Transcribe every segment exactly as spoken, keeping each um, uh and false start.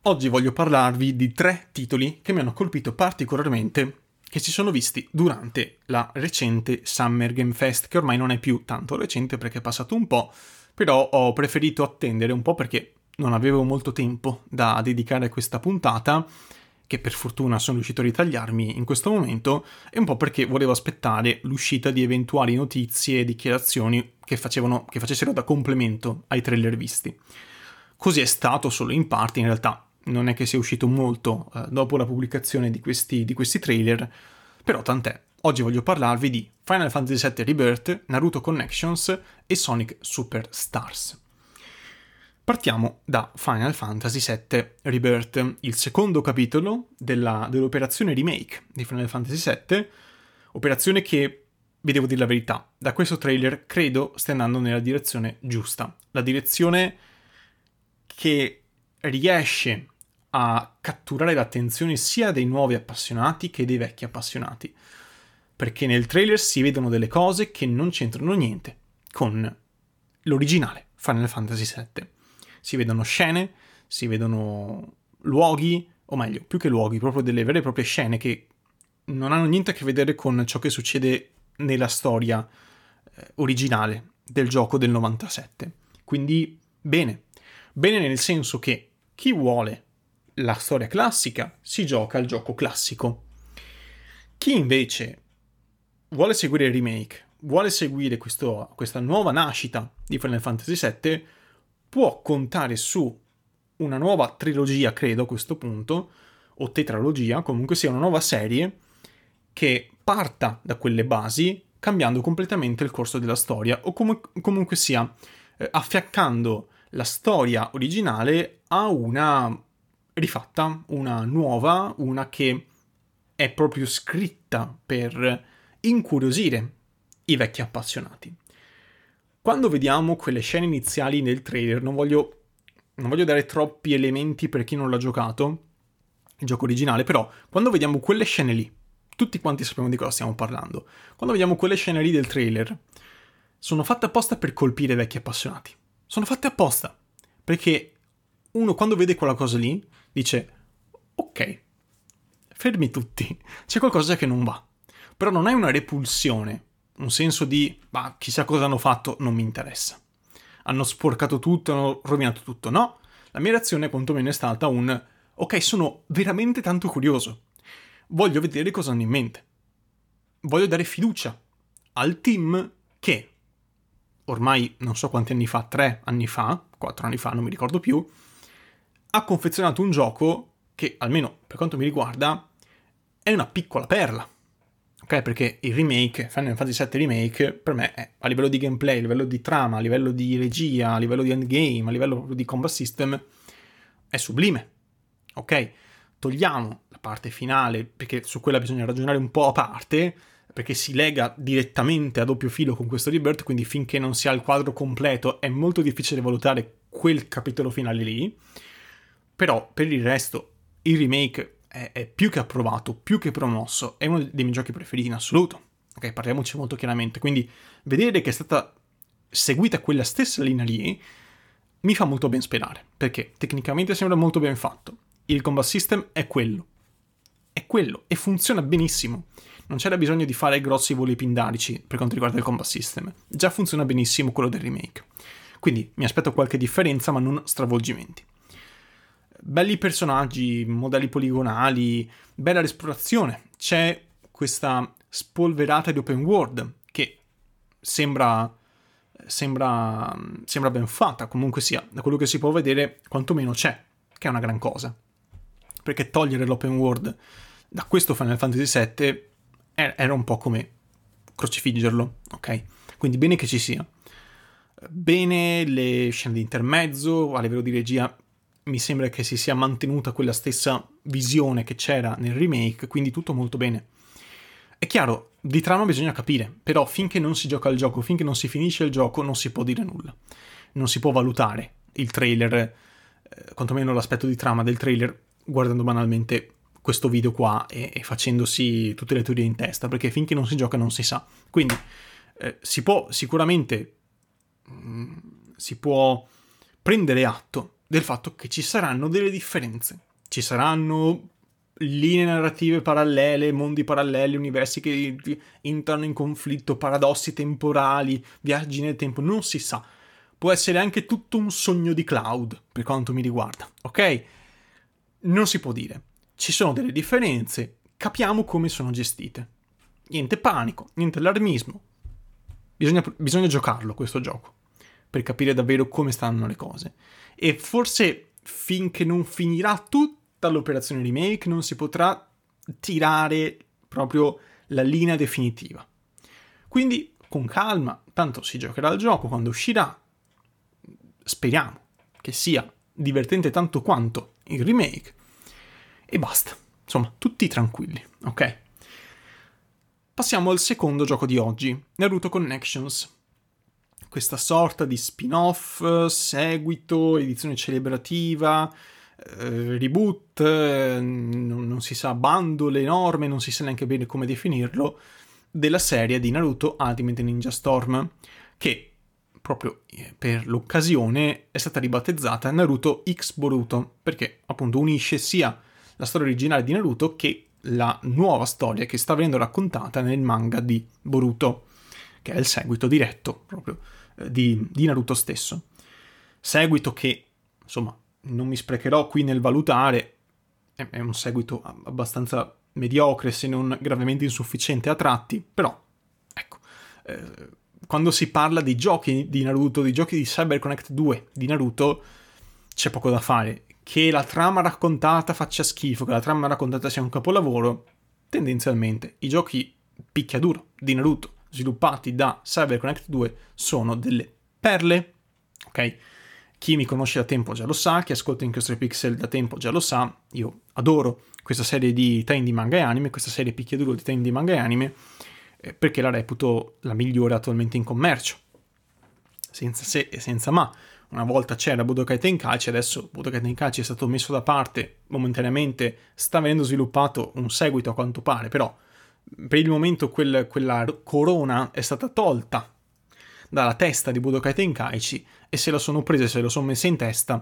Oggi voglio parlarvi di tre titoli che mi hanno colpito particolarmente, che si sono visti durante la recente Summer Game Fest, che ormai non è più tanto recente perché è passato un po', però ho preferito attendere un po' perché non avevo molto tempo da dedicare a questa puntata, che per fortuna sono riuscito a ritagliarmi in questo momento, e un po' perché volevo aspettare l'uscita di eventuali notizie e dichiarazioni che facevano, che facessero da complemento ai trailer visti. Così è stato solo in parte, in realtà non è che sia uscito molto eh, dopo la pubblicazione di questi, di questi trailer, però tant'è. Oggi voglio parlarvi di Final Fantasy sette Rebirth, Naruto Connections e Sonic Superstars. Partiamo da Final Fantasy sette Rebirth, il secondo capitolo della, dell'operazione remake di Final Fantasy sette, operazione che, vi devo dire la verità, da questo trailer credo stia andando nella direzione giusta, la direzione che riesce a catturare l'attenzione sia dei nuovi appassionati che dei vecchi appassionati, perché nel trailer si vedono delle cose che non c'entrano niente con l'originale Final Fantasy sette. Si vedono scene, si vedono luoghi, o meglio, più che luoghi, proprio delle vere e proprie scene che non hanno niente a che vedere con ciò che succede nella storia eh, originale del gioco del novantasette. Quindi bene, bene nel senso che chi vuole la storia classica si gioca al gioco classico. Chi invece vuole seguire il remake, vuole seguire questo, questa nuova nascita di Final Fantasy sette, può contare su una nuova trilogia, credo a questo punto, o tetralogia, comunque sia una nuova serie che parta da quelle basi, cambiando completamente il corso della storia, o com- comunque sia eh, affiaccando la storia originale a una rifatta, una nuova, una che è proprio scritta per incuriosire i vecchi appassionati. Quando vediamo quelle scene iniziali nel trailer, non voglio, non voglio dare troppi elementi per chi non l'ha giocato, il gioco originale, però quando vediamo quelle scene lì, tutti quanti sappiamo di cosa stiamo parlando, quando vediamo quelle scene lì del trailer, sono fatte apposta per colpire i vecchi appassionati. Sono fatte apposta, perché uno quando vede quella cosa lì dice ok, fermi tutti, c'è qualcosa che non va. Però non è una repulsione, un senso di ma chissà cosa hanno fatto, non mi interessa. Hanno sporcato tutto, hanno rovinato tutto. No, la mia reazione quantomeno è stata un ok, sono veramente tanto curioso. Voglio vedere cosa hanno in mente. Voglio dare fiducia al team che ormai non so quanti anni fa, tre anni fa, quattro anni fa, non mi ricordo più, ha confezionato un gioco che, almeno per quanto mi riguarda, è una piccola perla. Ok? Perché il remake, Final Fantasy sette Remake, per me è a livello di gameplay, a livello di trama, a livello di regia, a livello di endgame, a livello di combat system, è sublime. Ok? Togliamo la parte finale, perché su quella bisogna ragionare un po' a parte, perché si lega direttamente a doppio filo con questo Rebirth, quindi finché non si ha il quadro completo è molto difficile valutare quel capitolo finale lì. Però per il resto il remake è, è più che approvato, più che promosso, è uno dei miei giochi preferiti in assoluto. Ok, parliamoci molto chiaramente. Quindi vedere che è stata seguita quella stessa linea lì mi fa molto ben sperare, perché tecnicamente sembra molto ben fatto. Il combat system è quello. È quello e funziona benissimo. Non c'era bisogno di fare grossi voli pindarici per quanto riguarda il combat system. Già funziona benissimo quello del remake. Quindi mi aspetto qualche differenza, ma non stravolgimenti. Belli personaggi, modelli poligonali, bella l'esplorazione. C'è questa spolverata di open world che sembra, sembra, sembra ben fatta. Comunque sia, da quello che si può vedere, quantomeno c'è, che è una gran cosa. Perché togliere l'open world da questo Final Fantasy sette era un po' come crocifiggerlo, ok? Quindi bene che ci sia. Bene le scene di intermezzo, a livello di regia mi sembra che si sia mantenuta quella stessa visione che c'era nel remake, quindi tutto molto bene. È chiaro, di trama bisogna capire, però finché non si gioca il gioco, finché non si finisce il gioco, non si può dire nulla. Non si può valutare il trailer, eh, quantomeno l'aspetto di trama del trailer, guardando banalmente questo video qua e, e facendosi tutte le teorie in testa, perché finché non si gioca non si sa. Quindi eh, si può sicuramente mh, si può prendere atto del fatto che ci saranno delle differenze. Ci saranno linee narrative parallele, mondi paralleli, universi che entrano in conflitto, paradossi temporali, viaggi nel tempo, non si sa. Può essere anche tutto un sogno di Cloud, per quanto mi riguarda, ok? Non si può dire. Ci sono delle differenze, capiamo come sono gestite. Niente panico, niente allarmismo. Bisogna, bisogna giocarlo questo gioco, per capire davvero come stanno le cose. E forse finché non finirà tutta l'operazione remake non si potrà tirare proprio la linea definitiva. Quindi con calma, tanto si giocherà il gioco quando uscirà. Speriamo che sia divertente tanto quanto il remake e basta. Insomma, tutti tranquilli, ok? Passiamo al secondo gioco di oggi, Naruto Connections. Questa sorta di spin-off, seguito, edizione celebrativa, eh, reboot, eh, non, non si sa, bundle enorme, non si sa neanche bene come definirlo, della serie di Naruto Ultimate Ninja Storm, che proprio per l'occasione è stata ribattezzata Naruto X Boruto, perché appunto unisce sia la storia originale di Naruto che la nuova storia che sta venendo raccontata nel manga di Boruto, che è il seguito diretto proprio eh, di, di Naruto stesso. Seguito che, insomma, non mi sprecherò qui nel valutare, è, è un seguito abbastanza mediocre, se non gravemente insufficiente a tratti, però, ecco, eh, quando si parla di giochi di Naruto, di giochi di CyberConnect due di Naruto, c'è poco da fare. Che la trama raccontata faccia schifo, che la trama raccontata sia un capolavoro, tendenzialmente i giochi picchiaduro di Naruto sviluppati da CyberConnect due sono delle perle, ok? Chi mi conosce da tempo già lo sa, chi ascolta Inchiostro Pixel da tempo già lo sa, io adoro questa serie di time di manga e anime, questa serie picchiaduro di time di manga e anime, eh, perché la reputo la migliore attualmente in commercio, senza se e senza ma. Una volta c'era Budokai Tenkaichi, adesso Budokai Tenkaichi è stato messo da parte momentaneamente, sta venendo sviluppato un seguito a quanto pare, però per il momento quel, quella corona è stata tolta dalla testa di Budokai Tenkaichi e se la sono presa, se la sono messa in testa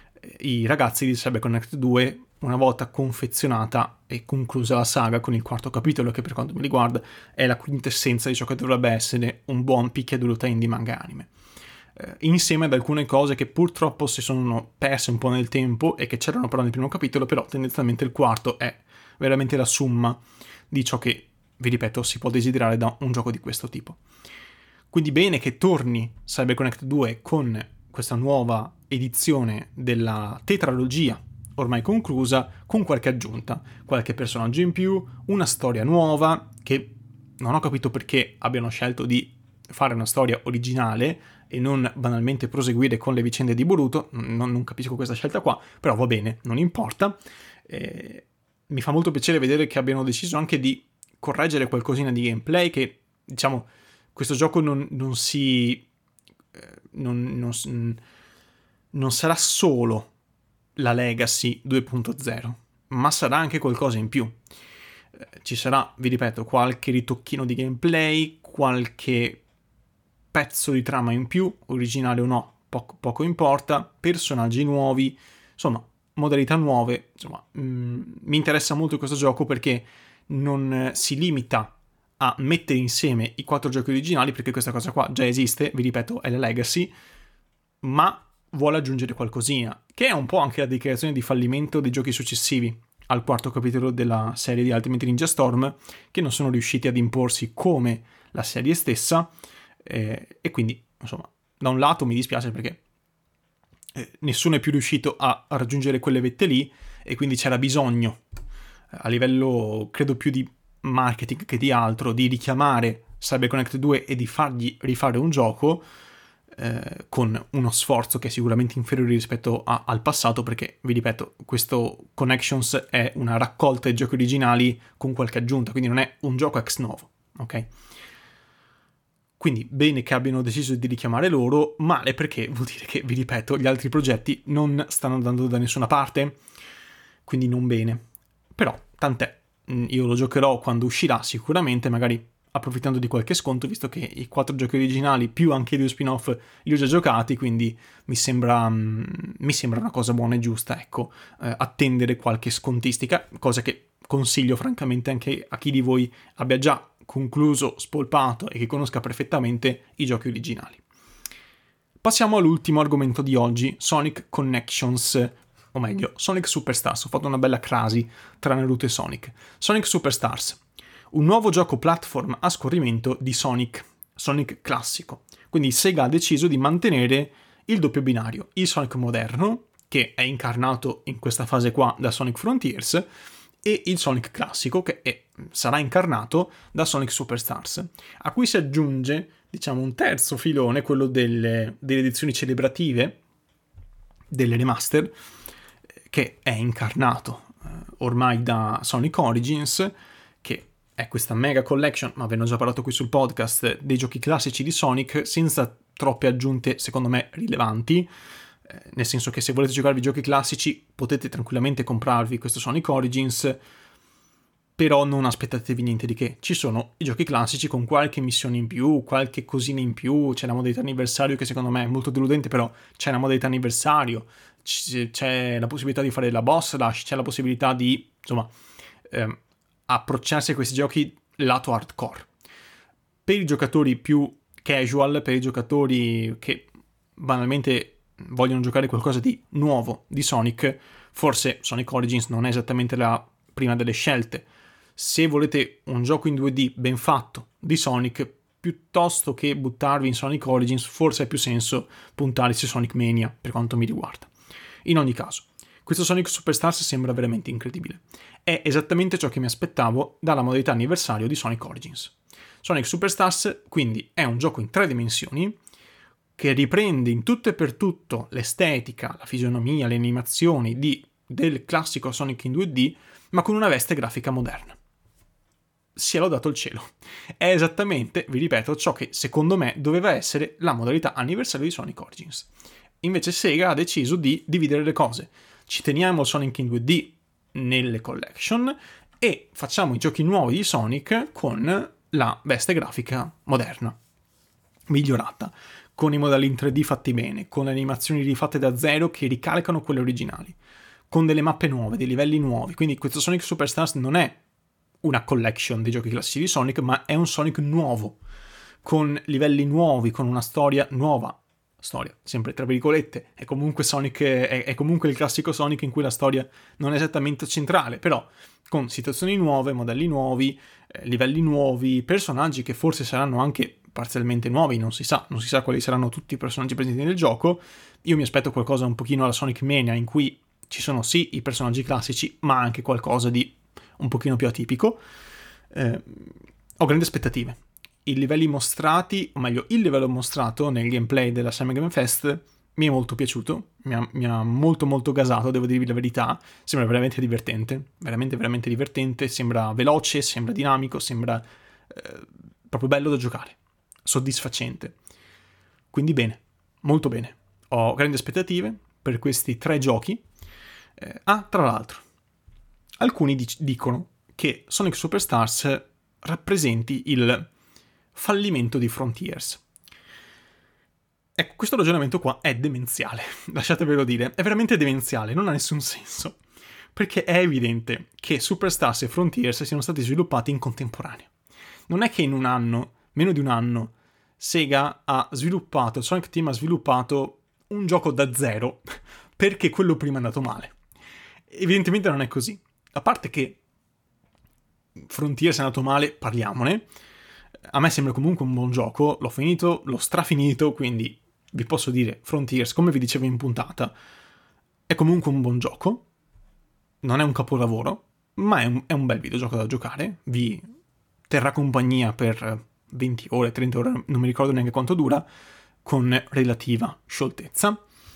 i ragazzi di CyberConnect due una volta confezionata e conclusa la saga con il quarto capitolo, che per quanto mi riguarda è la quintessenza di ciò che dovrebbe essere un buon picchiaduro time di manga anime. Insieme ad alcune cose che purtroppo si sono perse un po' nel tempo e che c'erano però nel primo capitolo, però tendenzialmente il quarto è veramente la summa di ciò che, vi ripeto, si può desiderare da un gioco di questo tipo. Quindi bene che torni CyberConnect due con questa nuova edizione della tetralogia ormai conclusa, con qualche aggiunta, qualche personaggio in più, una storia nuova, che non ho capito perché abbiano scelto di fare una storia originale e non banalmente proseguire con le vicende di Boruto. Non, non capisco questa scelta qua, però va bene, non importa. Eh, mi fa molto piacere vedere che abbiano deciso anche di correggere qualcosina di gameplay, che diciamo questo gioco non, non si eh, non, non, non sarà solo la Legacy due punto zero, ma sarà anche qualcosa in più. Eh, ci sarà, vi ripeto, qualche ritocchino di gameplay, qualche pezzo di trama in più, originale o no, poco, poco importa, personaggi nuovi, insomma, modalità nuove. Insomma, mh, mi interessa molto questo gioco perché non eh, si limita a mettere insieme i quattro giochi originali, perché questa cosa qua già esiste, vi ripeto, è la Legacy, ma vuole aggiungere qualcosina, che è un po' anche la dichiarazione di fallimento dei giochi successivi al quarto capitolo della serie di Ultimate Ninja Storm, che non sono riusciti ad imporsi come la serie stessa. Eh, e quindi, insomma, da un lato mi dispiace perché eh, nessuno è più riuscito a, a raggiungere quelle vette lì, e quindi c'era bisogno, eh, a livello, credo più di marketing che di altro, di richiamare CyberConnect due e di fargli rifare un gioco eh, con uno sforzo che è sicuramente inferiore rispetto a, al passato, perché, vi ripeto, questo Connections è una raccolta di giochi originali con qualche aggiunta, quindi non è un gioco ex novo, ok? Quindi bene che abbiano deciso di richiamare loro, male perché vuol dire che, vi ripeto, gli altri progetti non stanno andando da nessuna parte, quindi non bene. Però, tant'è, io lo giocherò quando uscirà sicuramente, magari approfittando di qualche sconto, visto che i quattro giochi originali più anche i due spin-off li ho già giocati, quindi mi sembra, um, mi sembra una cosa buona e giusta, ecco, eh, attendere qualche scontistica, cosa che consiglio francamente anche a chi di voi abbia già concluso, spolpato e che conosca perfettamente i giochi originali. Passiamo all'ultimo argomento di oggi, Sonic Connections, o meglio, Sonic Superstars. Ho fatto una bella crasi tra Naruto e Sonic. Sonic Superstars, un nuovo gioco platform a scorrimento di Sonic, Sonic classico. Quindi Sega ha deciso di mantenere il doppio binario, il Sonic moderno, che è incarnato in questa fase qua da Sonic Frontiers, e il Sonic classico, che è, sarà incarnato da Sonic Superstars, a cui si aggiunge, diciamo, un terzo filone, quello delle, delle edizioni celebrative, delle remaster, che è incarnato eh, ormai da Sonic Origins, che è questa mega collection, ma ve ne ho già parlato qui sul podcast, dei giochi classici di Sonic, senza troppe aggiunte, secondo me, rilevanti, eh, nel senso che se volete giocarvi i giochi classici potete tranquillamente comprarvi questo Sonic Origins, però non aspettatevi niente di che. Ci sono i giochi classici con qualche missione in più, qualche cosina in più, c'è la modalità anniversario che secondo me è molto deludente, però c'è la modalità anniversario, c'è la possibilità di fare la boss rush, c'è la possibilità di, insomma, ehm, approcciarsi a questi giochi lato hardcore. Per i giocatori più casual, per i giocatori che banalmente vogliono giocare qualcosa di nuovo di Sonic, forse Sonic Origins non è esattamente la prima delle scelte. Se volete un gioco in due D ben fatto di Sonic, piuttosto che buttarvi in Sonic Origins, forse ha più senso puntare su Sonic Mania, per quanto mi riguarda. In ogni caso, questo Sonic Superstars sembra veramente incredibile. È esattamente ciò che mi aspettavo dalla modalità anniversario di Sonic Origins. Sonic Superstars, quindi, è un gioco in tre dimensioni che riprende in tutto e per tutto l'estetica, la fisionomia, le animazioni di, del classico Sonic in due D, ma con una veste grafica moderna. Sia lodato il cielo. È esattamente, vi ripeto, ciò che secondo me doveva essere la modalità anniversario di Sonic Origins. Invece Sega ha deciso di dividere le cose. Ci teniamo Sonic in due D nelle collection e facciamo i giochi nuovi di Sonic con la veste grafica moderna, migliorata, con i modelli in tre D fatti bene, con le animazioni rifatte da zero che ricalcano quelle originali, con delle mappe nuove, dei livelli nuovi. Quindi questo Sonic Superstars non è una collection dei giochi classici di Sonic, ma è un Sonic nuovo, con livelli nuovi, con una storia nuova. Storia, sempre tra virgolette, è comunque Sonic, è, è comunque il classico Sonic in cui la storia non è esattamente centrale, però con situazioni nuove, modelli nuovi, eh, livelli nuovi, personaggi che forse saranno anche parzialmente nuovi, non si sa, non si sa quali saranno tutti i personaggi presenti nel gioco. Io mi aspetto qualcosa un pochino alla Sonic Mania, in cui ci sono sì i personaggi classici, ma anche qualcosa di un pochino più atipico. Eh, ho grandi aspettative. I livelli mostrati, o meglio, il livello mostrato nel gameplay della Summer Game Fest mi è molto piaciuto, mi ha, mi ha molto molto gasato, devo dirvi la verità. Sembra veramente divertente, veramente veramente divertente, sembra veloce, sembra dinamico, sembra eh, proprio bello da giocare, soddisfacente. Quindi bene, molto bene. Ho grandi aspettative per questi tre giochi. Eh, ah, tra l'altro, alcuni dic- dicono che Sonic Superstars rappresenti il fallimento di Frontiers. Ecco, questo ragionamento qua è demenziale, lasciatevelo dire, è veramente demenziale, non ha nessun senso, perché è evidente che Superstars e Frontiers siano stati sviluppati in contemporanea. Non è che in un anno, meno di un anno, Sega ha sviluppato, il Sonic Team ha sviluppato un gioco da zero perché quello prima è andato male. Evidentemente non è così. A parte che Frontiers è andato male, parliamone. A me sembra comunque un buon gioco, l'ho finito, l'ho strafinito, quindi vi posso dire, Frontiers, come vi dicevo in puntata, è comunque un buon gioco, non è un capolavoro, ma è un, è un bel videogioco da giocare, vi terrà compagnia per venti ore, trenta ore, non mi ricordo neanche quanto dura, con relativa scioltezza.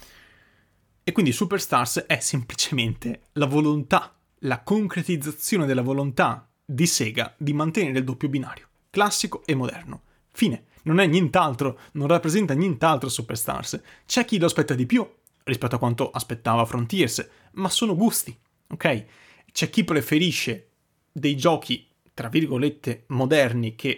E quindi Superstars è semplicemente la volontà, la concretizzazione della volontà di Sega di mantenere il doppio binario, classico e moderno. Fine. Non è nient'altro, non rappresenta nient'altro Superstars. C'è chi lo aspetta di più rispetto a quanto aspettava Frontiers, ma sono gusti, ok? C'è chi preferisce dei giochi, tra virgolette, moderni che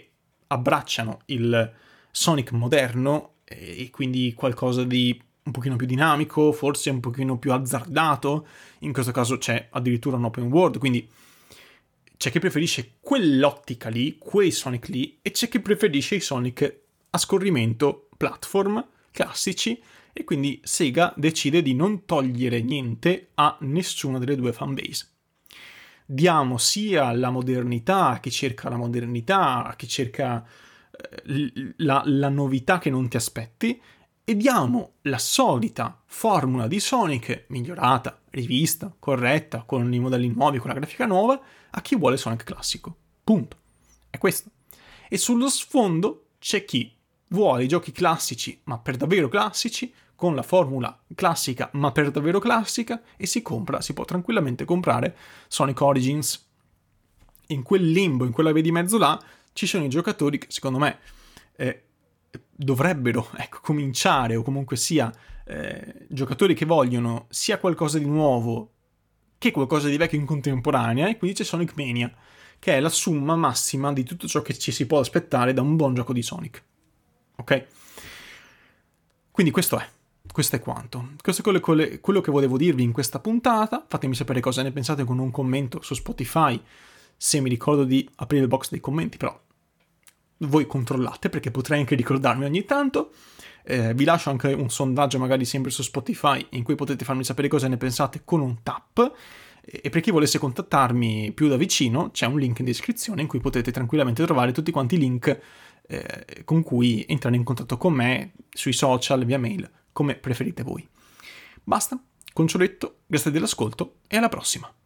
abbracciano il Sonic moderno e quindi qualcosa di un pochino più dinamico, forse un pochino più azzardato. In questo caso c'è addirittura un open world, quindi c'è chi preferisce quell'ottica lì, quei Sonic lì, e c'è chi preferisce i Sonic a scorrimento platform classici, e quindi Sega decide di non togliere niente a nessuna delle due fanbase. Diamo sia la modernità a chi cerca la modernità, a chi cerca eh, la, la novità che non ti aspetti, e diamo la solita formula di Sonic migliorata, rivista, corretta, con i modelli nuovi, con la grafica nuova, a chi vuole Sonic classico. Punto. È questo. E sullo sfondo c'è chi vuole i giochi classici, ma per davvero classici, con la formula classica, ma per davvero classica, e si compra, si può tranquillamente comprare Sonic Origins. In quel limbo, in quella via di mezzo là, ci sono i giocatori che, secondo me, eh, dovrebbero ecco, cominciare, o comunque sia eh, giocatori che vogliono sia qualcosa di nuovo che qualcosa di vecchio in contemporanea, e quindi c'è Sonic Mania, che è la somma massima di tutto ciò che ci si può aspettare da un buon gioco di Sonic. Ok? Quindi questo è. Questo è quanto. Questo è quello, quello che volevo dirvi in questa puntata. Fatemi sapere cosa ne pensate con un commento su Spotify, se mi ricordo di aprire il box dei commenti, però voi controllate, perché potrei anche ricordarmi ogni tanto. Eh, vi lascio anche un sondaggio magari sempre su Spotify, in cui potete farmi sapere cosa ne pensate con un tap, e per chi volesse contattarmi più da vicino c'è un link in descrizione in cui potete tranquillamente trovare tutti quanti i link eh, con cui entrare in contatto con me sui social, via mail, come preferite voi. Basta, concioletto, grazie dell'ascolto e alla prossima.